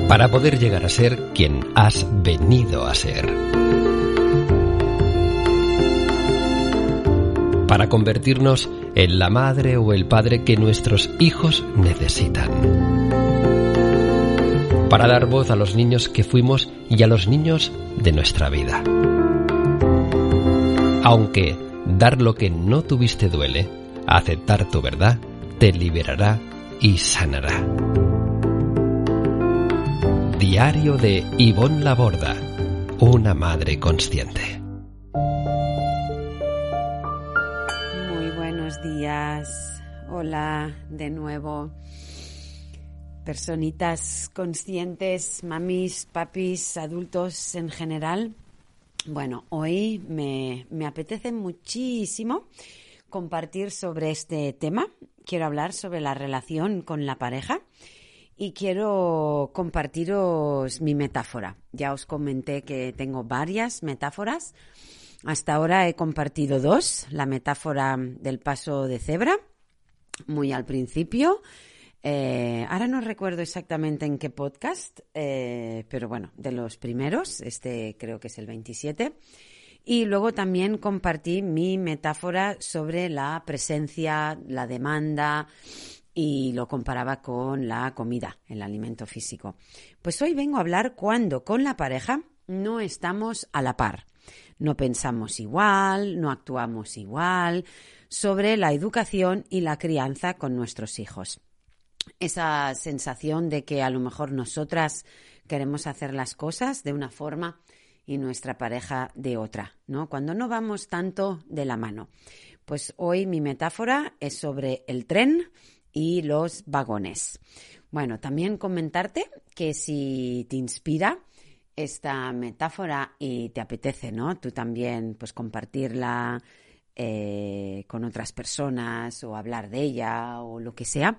para poder llegar a ser quien has venido a ser. Para convertirnos en la madre o el padre que nuestros hijos necesitan. Para dar voz a los niños que fuimos y a los niños de nuestra vida. Aunque dar lo que no tuviste duele, aceptar tu verdad te liberará y sanará. Diario de Ivonne Laborda, una madre consciente. Muy buenos días. Hola de nuevo. Personitas conscientes, mamis, papis, adultos en general. Bueno, hoy me apetece muchísimo compartir sobre este tema. Quiero hablar sobre la relación con la pareja y quiero compartiros mi metáfora. Ya os comenté que tengo varias metáforas. Hasta ahora he compartido dos. La metáfora del paso de cebra, muy al principio. Ahora no recuerdo exactamente en qué podcast, pero bueno, de los primeros, este creo que es el 27. Y luego también compartí mi metáfora sobre la presencia, la demanda, y lo comparaba con la comida, el alimento físico. Pues hoy vengo a hablar cuando con la pareja no estamos a la par. No pensamos igual, no actuamos igual, sobre la educación y la crianza con nuestros hijos. Esa sensación de que a lo mejor nosotras queremos hacer las cosas de una forma y nuestra pareja de otra, ¿no? Cuando no vamos tanto de la mano. Pues hoy mi metáfora es sobre el tren y los vagones. Bueno, también comentarte que si te inspira esta metáfora y te apetece, ¿no? Tú también, pues compartirla con otras personas o hablar de ella o lo que sea.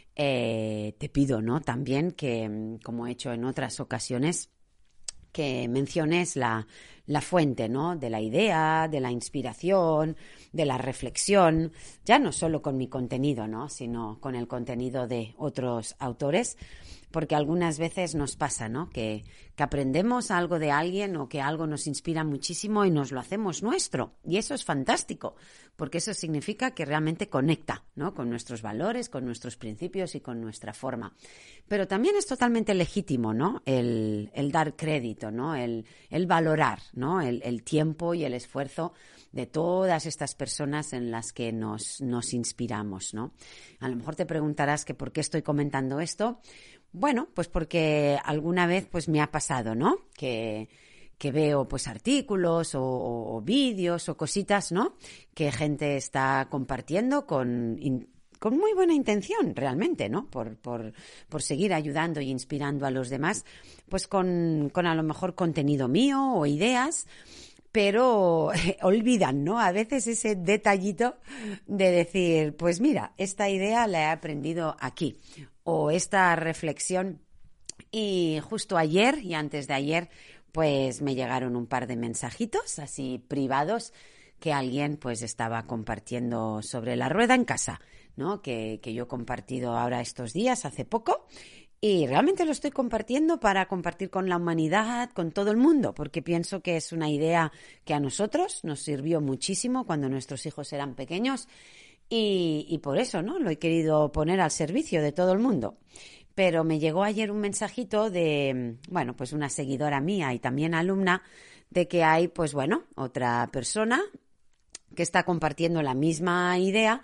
Te pido, ¿no? También que, como he hecho en otras ocasiones, que menciones la fuente, ¿no? De la idea, de la inspiración, de la reflexión, ya no solo con mi contenido, ¿no? Sino con el contenido de otros autores, porque algunas veces nos pasa, ¿no? Que aprendemos algo de alguien o que algo nos inspira muchísimo y nos lo hacemos nuestro. Y eso es fantástico, porque eso significa que realmente conecta, ¿no? Con nuestros valores, con nuestros principios y con nuestra forma. Pero también es totalmente legítimo, ¿no? El dar crédito, ¿no? El valorar, ¿no? El tiempo y el esfuerzo de todas estas personas en las que nos inspiramos, ¿no? A lo mejor te preguntarás que por qué estoy comentando esto. Bueno, pues porque alguna vez pues me ha pasado, ¿no? Que veo pues artículos o vídeos o cositas, ¿no? Que gente está compartiendo con muy buena intención, realmente, ¿no? Por seguir ayudando y inspirando a los demás, pues con a lo mejor contenido mío o ideas, pero olvidan, ¿no? A veces ese detallito de decir, pues mira, esta idea la he aprendido aquí, o esta reflexión. Y justo ayer y antes de ayer, pues me llegaron un par de mensajitos así privados que alguien pues estaba compartiendo sobre la rueda en casa, ¿no? Que yo he compartido ahora estos días, hace poco. Y realmente lo estoy compartiendo para compartir con la humanidad, con todo el mundo, porque pienso que es una idea que a nosotros nos sirvió muchísimo cuando nuestros hijos eran pequeños y por eso, ¿no? Lo he querido poner al servicio de todo el mundo. Pero me llegó ayer un mensajito de, bueno, pues una seguidora mía y también alumna, de que hay, pues bueno, otra persona que está compartiendo la misma idea.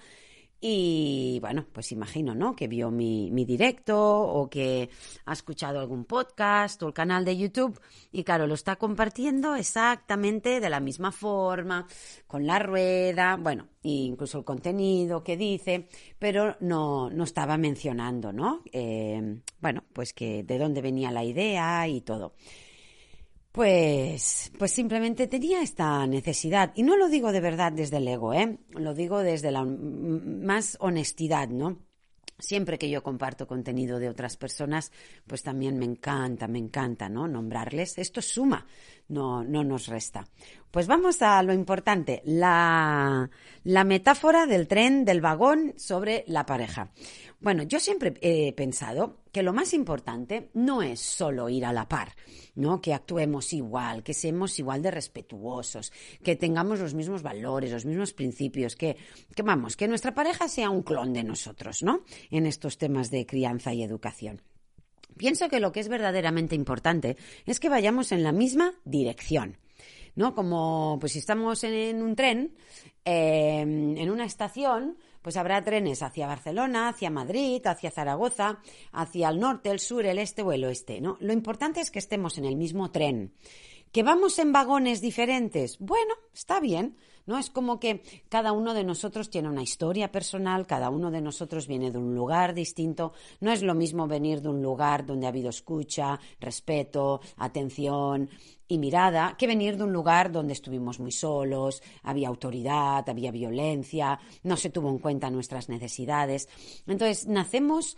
Y bueno, pues imagino, ¿no? Que vio mi directo o que ha escuchado algún podcast o el canal de YouTube y claro, lo está compartiendo exactamente de la misma forma, con la rueda, bueno, e incluso el contenido que dice, pero no estaba mencionando, ¿no? Bueno, pues que de dónde venía la idea y todo. Pues simplemente tenía esta necesidad. Y no lo digo de verdad desde el ego, lo digo desde la más honestidad, ¿no? Siempre que yo comparto contenido de otras personas, pues también me encanta, ¿no? Nombrarles. Esto suma, no nos resta. pues vamos a lo importante, la metáfora del tren, del vagón sobre la pareja. Bueno, yo siempre he pensado que lo más importante no es solo ir a la par, ¿no? Que actuemos igual, que seamos igual de respetuosos, que tengamos los mismos valores, los mismos principios, que nuestra pareja sea un clon de nosotros, ¿no? En estos temas de crianza y educación. Pienso que lo que es verdaderamente importante es que vayamos en la misma dirección, ¿no? Como pues si estamos en un tren, en una estación, pues habrá trenes hacia Barcelona, hacia Madrid, hacia Zaragoza, hacia el norte, el sur, el este o el oeste, ¿no? Lo importante es que estemos en el mismo tren. ¿Que vamos en vagones diferentes? Bueno, está bien, ¿no? Es como que cada uno de nosotros tiene una historia personal, cada uno de nosotros viene de un lugar distinto. No es lo mismo venir de un lugar donde ha habido escucha, respeto, atención y mirada, que venir de un lugar donde estuvimos muy solos, había autoridad, había violencia, no se tuvo en cuenta nuestras necesidades. Entonces, nacemos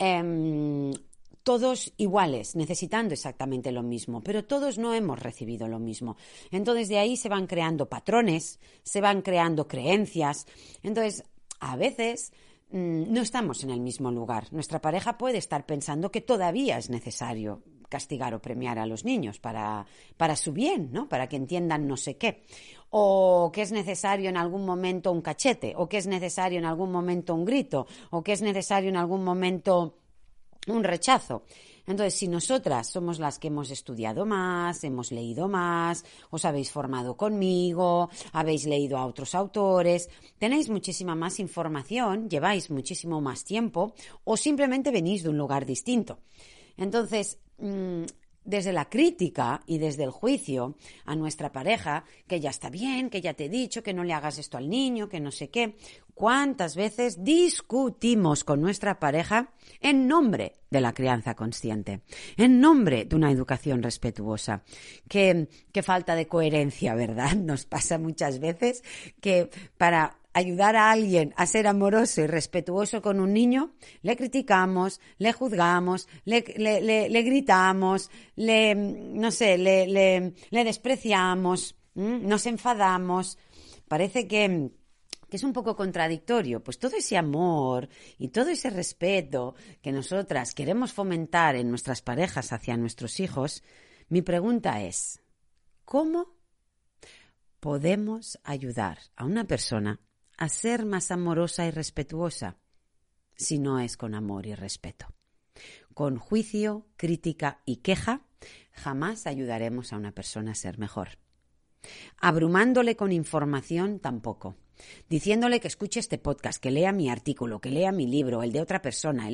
todos iguales, necesitando exactamente lo mismo, pero todos no hemos recibido lo mismo. Entonces, de ahí se van creando patrones, se van creando creencias. Entonces, a veces no estamos en el mismo lugar. Nuestra pareja puede estar pensando que todavía es necesario castigar o premiar a los niños para su bien, ¿no? Para que entiendan no sé qué. O que es necesario en algún momento un cachete, o que es necesario en algún momento un grito, o que es necesario en algún momento un rechazo. Entonces, si nosotras somos las que hemos estudiado más, hemos leído más, os habéis formado conmigo, habéis leído a otros autores, tenéis muchísima más información, lleváis muchísimo más tiempo o simplemente venís de un lugar distinto. Entonces, desde la crítica y desde el juicio a nuestra pareja, que ya está bien, que ya te he dicho, que no le hagas esto al niño, que no sé qué, ¿cuántas veces discutimos con nuestra pareja en nombre de la crianza consciente, en nombre de una educación respetuosa? Qué falta de coherencia, ¿verdad? Nos pasa muchas veces que para ayudar a alguien a ser amoroso y respetuoso con un niño, le criticamos, le juzgamos, le gritamos, le despreciamos, nos enfadamos. Parece que es un poco contradictorio. Pues todo ese amor y todo ese respeto que nosotras queremos fomentar en nuestras parejas hacia nuestros hijos, mi pregunta es, ¿cómo podemos ayudar a una persona a ser más amorosa y respetuosa si no es con amor y respeto? Con juicio, crítica y queja jamás ayudaremos a una persona a ser mejor. Abrumándole con información tampoco. Diciéndole que escuche este podcast, que lea mi artículo, que lea mi libro, el de otra persona,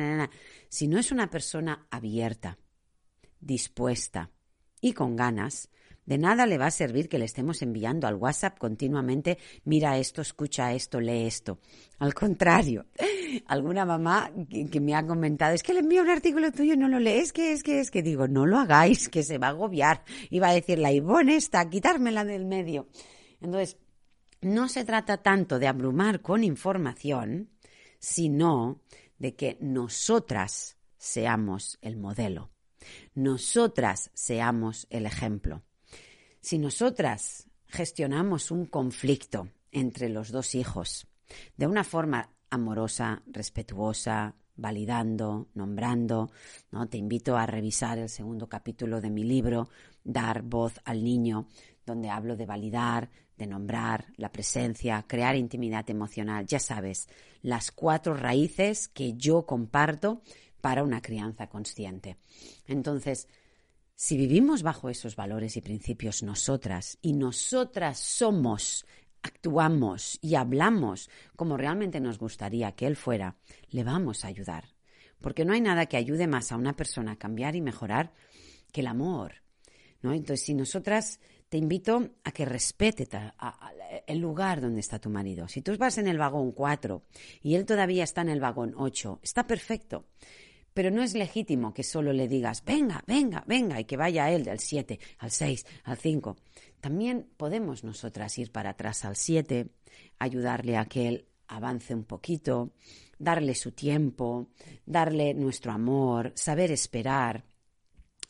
Si no es una persona abierta, dispuesta y con ganas, de nada le va a servir que le estemos enviando al WhatsApp continuamente, mira esto, escucha esto, lee esto. Al contrario, alguna mamá que me ha comentado, es que le envío un artículo tuyo y no lo lee, es que digo, no lo hagáis, que se va a agobiar. Y va a decir, la Ivonne esta, quitármela del medio. Entonces, no se trata tanto de abrumar con información, sino de que nosotras seamos el modelo, nosotras seamos el ejemplo. Si nosotras gestionamos un conflicto entre los dos hijos de una forma amorosa, respetuosa, validando, nombrando, ¿no? Te invito a revisar el segundo capítulo de mi libro, Dar voz al niño, donde hablo de validar, de nombrar, la presencia, crear intimidad emocional. Ya sabes, las 4 raíces que yo comparto para una crianza consciente. Entonces, si vivimos bajo esos valores y principios nosotras, y nosotras somos, actuamos y hablamos como realmente nos gustaría que él fuera, le vamos a ayudar. Porque no hay nada que ayude más a una persona a cambiar y mejorar que el amor, ¿no? Entonces, si nosotras, te invito a que respete el lugar donde está tu marido. Si tú vas en el vagón 4 y él todavía está en el vagón 8, está perfecto. Pero no es legítimo que solo le digas, venga, venga, venga, y que vaya él del 7 al 6, al 5. También podemos nosotras ir para atrás al 7, ayudarle a que él avance un poquito, darle su tiempo, darle nuestro amor, saber esperar,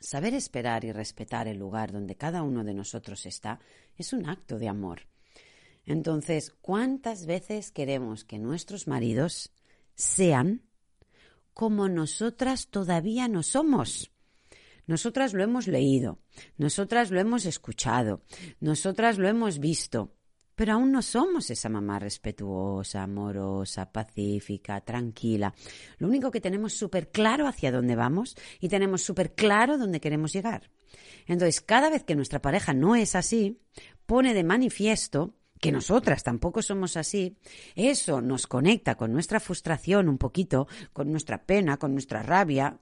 Saber esperar y respetar el lugar donde cada uno de nosotros está es un acto de amor. Entonces, ¿cuántas veces queremos que nuestros maridos sean como nosotras todavía no somos? Nosotras lo hemos leído, nosotras lo hemos escuchado, nosotras lo hemos visto, pero aún no somos esa mamá respetuosa, amorosa, pacífica, tranquila. Lo único que tenemos súper claro hacia dónde vamos y tenemos súper claro dónde queremos llegar. Entonces, cada vez que nuestra pareja no es así, pone de manifiesto que nosotras tampoco somos así. Eso nos conecta con nuestra frustración un poquito, con nuestra pena, con nuestra rabia.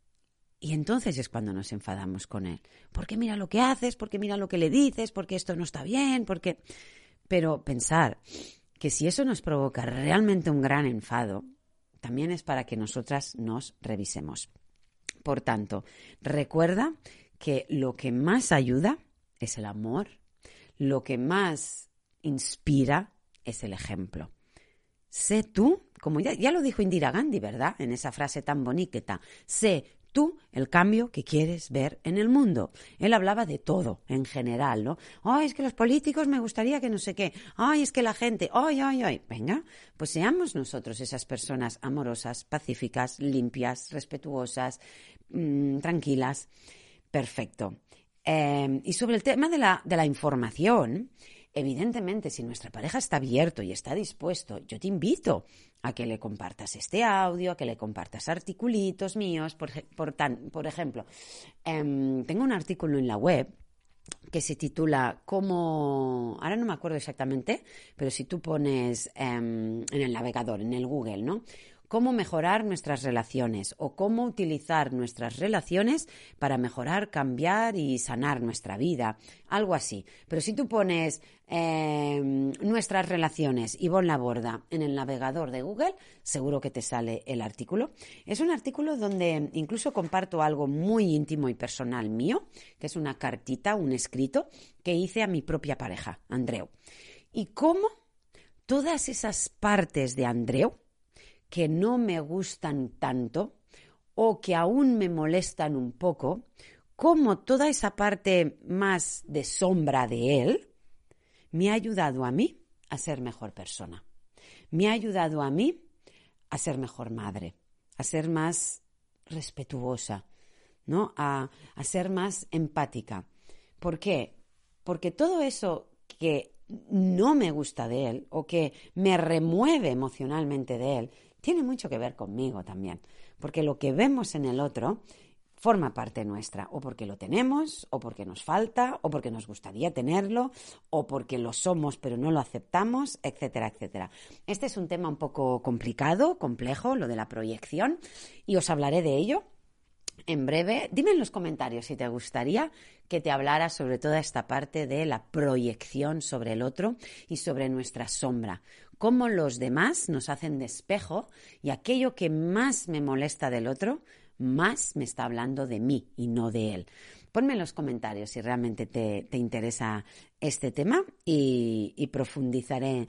Y entonces es cuando nos enfadamos con él. Porque mira lo que haces, porque mira lo que le dices, porque esto no está bien, porque... Pero pensar que si eso nos provoca realmente un gran enfado, también es para que nosotras nos revisemos. Por tanto, recuerda que lo que más ayuda es el amor, lo que más inspira es el ejemplo. Sé tú, como ya lo dijo Indira Gandhi, ¿verdad? En esa frase tan bonita, sé tú el cambio que quieres ver en el mundo. Él hablaba de todo, en general, ¿no? Ay, es que los políticos me gustaría que no sé qué. Ay, es que la gente, ay. Venga, pues seamos nosotros esas personas amorosas, pacíficas, limpias, respetuosas, tranquilas. Perfecto. Y sobre el tema de la información, evidentemente, si nuestra pareja está abierto y está dispuesto, yo te invito a que le compartas este audio, a que le compartas articulitos míos. Por ejemplo, tengo un artículo en la web que se titula ¿Cómo? Ahora no me acuerdo exactamente, pero si tú pones en el navegador, en el Google, ¿no? Cómo mejorar nuestras relaciones o cómo utilizar nuestras relaciones para mejorar, cambiar y sanar nuestra vida, algo así. Pero si tú pones nuestras relaciones Ivonne Laborda en el navegador de Google, seguro que te sale el artículo. Es un artículo donde incluso comparto algo muy íntimo y personal mío, que es una cartita, un escrito que hice a mi propia pareja, Andreu. Y cómo todas esas partes de Andreu que no me gustan tanto o que aún me molestan un poco, como toda esa parte más de sombra de él me ha ayudado a mí a ser mejor persona. Me ha ayudado a mí a ser mejor madre, a ser más respetuosa, ¿no? A ser más empática. ¿Por qué? Porque todo eso que no me gusta de él o que me remueve emocionalmente de él tiene mucho que ver conmigo también, porque lo que vemos en el otro forma parte nuestra, o porque lo tenemos, o porque nos falta, o porque nos gustaría tenerlo, o porque lo somos pero no lo aceptamos, etcétera, etcétera. Este es un tema un poco complicado, complejo, lo de la proyección, y os hablaré de ello en breve. Dime en los comentarios si te gustaría que te hablara sobre toda esta parte de la proyección sobre el otro y sobre nuestra sombra. Cómo los demás nos hacen de espejo y aquello que más me molesta del otro, más me está hablando de mí y no de él. Ponme en los comentarios si realmente te interesa este tema y profundizaré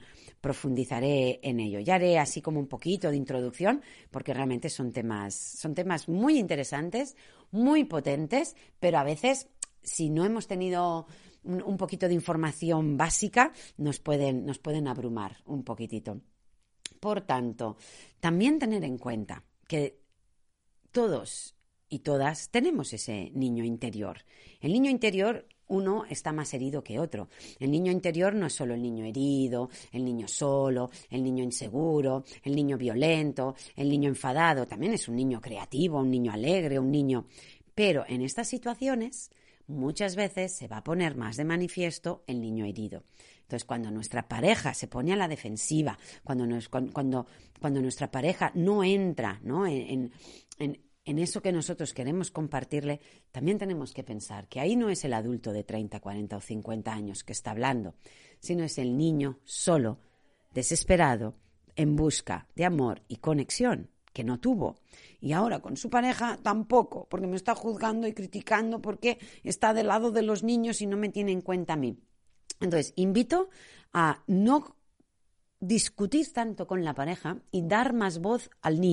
en ello. Ya haré así como un poquito de introducción porque realmente son temas muy interesantes, muy potentes, pero a veces si no hemos tenido un poquito de información básica nos pueden abrumar un poquitito. Por tanto, también tener en cuenta que todos y todas tenemos ese niño interior. El niño interior, uno está más herido que otro. El niño interior no es solo el niño herido, el niño solo, el niño inseguro, el niño violento, el niño enfadado. También es un niño creativo, un niño alegre, un niño... Pero en estas situaciones muchas veces se va a poner más de manifiesto el niño herido. Entonces, cuando nuestra pareja se pone a la defensiva, cuando nuestra pareja no entra, ¿no? en eso que nosotros queremos compartirle, también tenemos que pensar que ahí no es el adulto de 30, 40 o 50 años que está hablando, sino es el niño solo, desesperado, en busca de amor y conexión que no tuvo. Y ahora con su pareja tampoco, porque me está juzgando y criticando porque está del lado de los niños y no me tiene en cuenta a mí. Entonces, invito a no discutir tanto con la pareja y dar más voz al niño,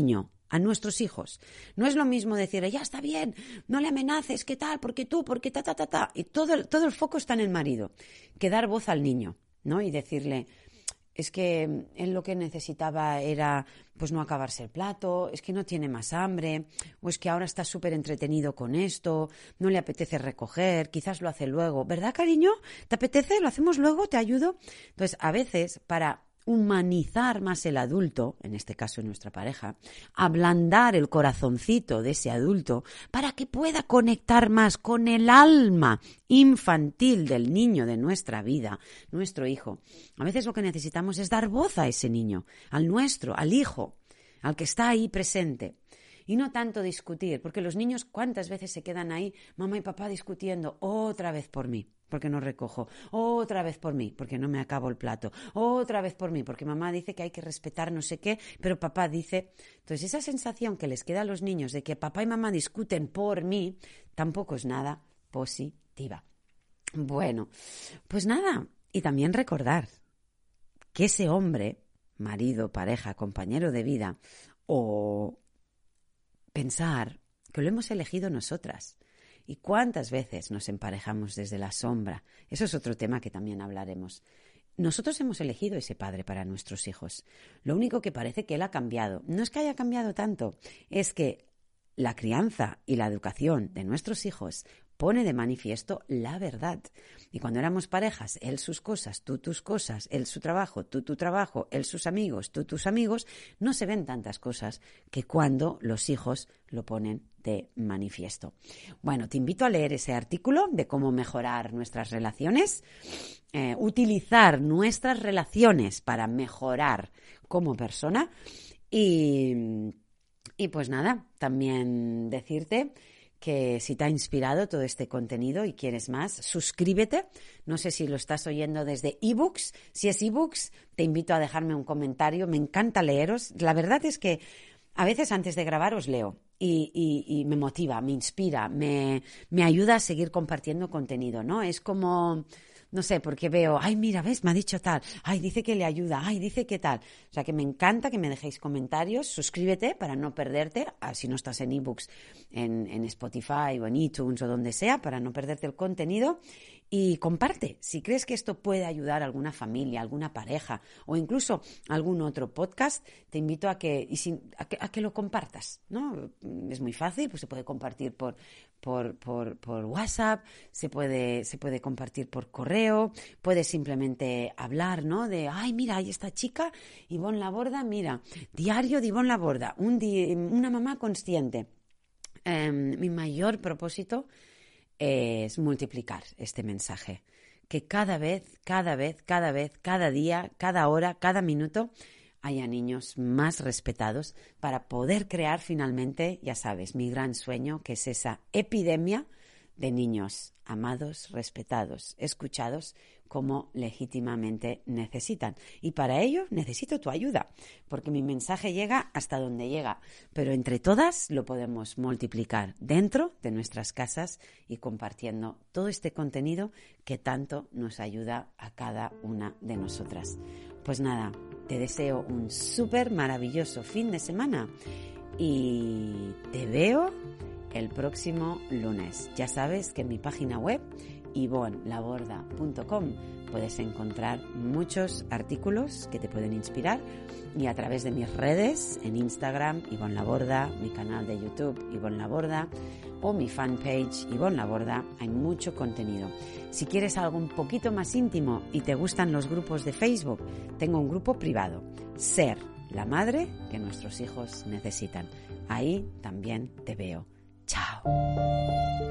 a nuestros hijos. No es lo mismo decir, ya está bien, no le amenaces, ¿qué tal? Porque tú, porque ta. Y todo el foco está en el marido, que dar voz al niño, ¿no? Y decirle, es que él lo que necesitaba era pues no acabarse el plato, es que no tiene más hambre, o es que ahora está súper entretenido con esto, no le apetece recoger, quizás lo hace luego. ¿Verdad, cariño? ¿Te apetece? ¿Lo hacemos luego? ¿Te ayudo? Entonces, a veces, para humanizar más el adulto, en este caso nuestra pareja, ablandar el corazoncito de ese adulto para que pueda conectar más con el alma infantil del niño de nuestra vida, nuestro hijo. A veces lo que necesitamos es dar voz a ese niño, al nuestro, al hijo, al que está ahí presente. Y no tanto discutir, porque los niños cuántas veces se quedan ahí, mamá y papá discutiendo, otra vez por mí, porque no recojo, otra vez por mí, porque no me acabo el plato, otra vez por mí, porque mamá dice que hay que respetar no sé qué, pero papá dice... Entonces esa sensación que les queda a los niños de que papá y mamá discuten por mí, tampoco es nada positiva. Bueno, pues nada, y también recordar que ese hombre, marido, pareja, compañero de vida, o pensar que lo hemos elegido nosotras. ¿Y cuántas veces nos emparejamos desde la sombra? Eso es otro tema que también hablaremos. Nosotros hemos elegido ese padre para nuestros hijos. Lo único que parece que él ha cambiado. No es que haya cambiado tanto, es que la crianza y la educación de nuestros hijos pone de manifiesto la verdad. Y cuando éramos parejas, él sus cosas, tú tus cosas, él su trabajo, tú tu trabajo, él sus amigos, tú tus amigos, no se ven tantas cosas que cuando los hijos lo ponen de manifiesto. Bueno, te invito a leer ese artículo de cómo mejorar nuestras relaciones, utilizar nuestras relaciones para mejorar como persona y pues nada, también decirte que si te ha inspirado todo este contenido y quieres más, suscríbete. No sé si lo estás oyendo desde ebooks. Si es ebooks, te invito a dejarme un comentario. Me encanta leeros. La verdad es que a veces antes de grabar os leo y me motiva, me inspira, me ayuda a seguir compartiendo contenido, ¿no? Es como... No sé, porque veo, ay, mira, ¿ves? Me ha dicho tal, ay, dice que le ayuda, ay, dice que tal. O sea, que me encanta que me dejéis comentarios, suscríbete para no perderte, si no estás en ebooks, en Spotify o en iTunes o donde sea, para no perderte el contenido. Y comparte, si crees que esto puede ayudar a alguna familia, a alguna pareja o incluso a algún otro podcast, te invito a que lo compartas, ¿no? Es muy fácil, pues se puede compartir por WhatsApp, se puede compartir por correo, puedes simplemente hablar, ¿no? De, ay, mira, hay esta chica, Ivonne Laborda, mira, diario de Ivonne Laborda, una mamá consciente. Mi mayor propósito es multiplicar este mensaje, que cada vez, cada día, cada hora, cada minuto haya niños más respetados para poder crear finalmente, ya sabes, mi gran sueño, que es esa epidemia de niños amados, respetados, escuchados como legítimamente necesitan. Y para ello necesito tu ayuda, porque mi mensaje llega hasta donde llega, pero entre todas lo podemos multiplicar dentro de nuestras casas y compartiendo todo este contenido que tanto nos ayuda a cada una de nosotras. Pues nada, te deseo un súper maravilloso fin de semana y te veo el próximo lunes. Ya sabes que en mi página web ivonlaborda.com puedes encontrar muchos artículos que te pueden inspirar y a través de mis redes, en Instagram, Ivonne Laborda, mi canal de YouTube, Ivonne Laborda, o mi fanpage, Ivonne Laborda, hay mucho contenido. Si quieres algo un poquito más íntimo y te gustan los grupos de Facebook, tengo un grupo privado, Ser la madre que nuestros hijos necesitan. Ahí también te veo. Chao.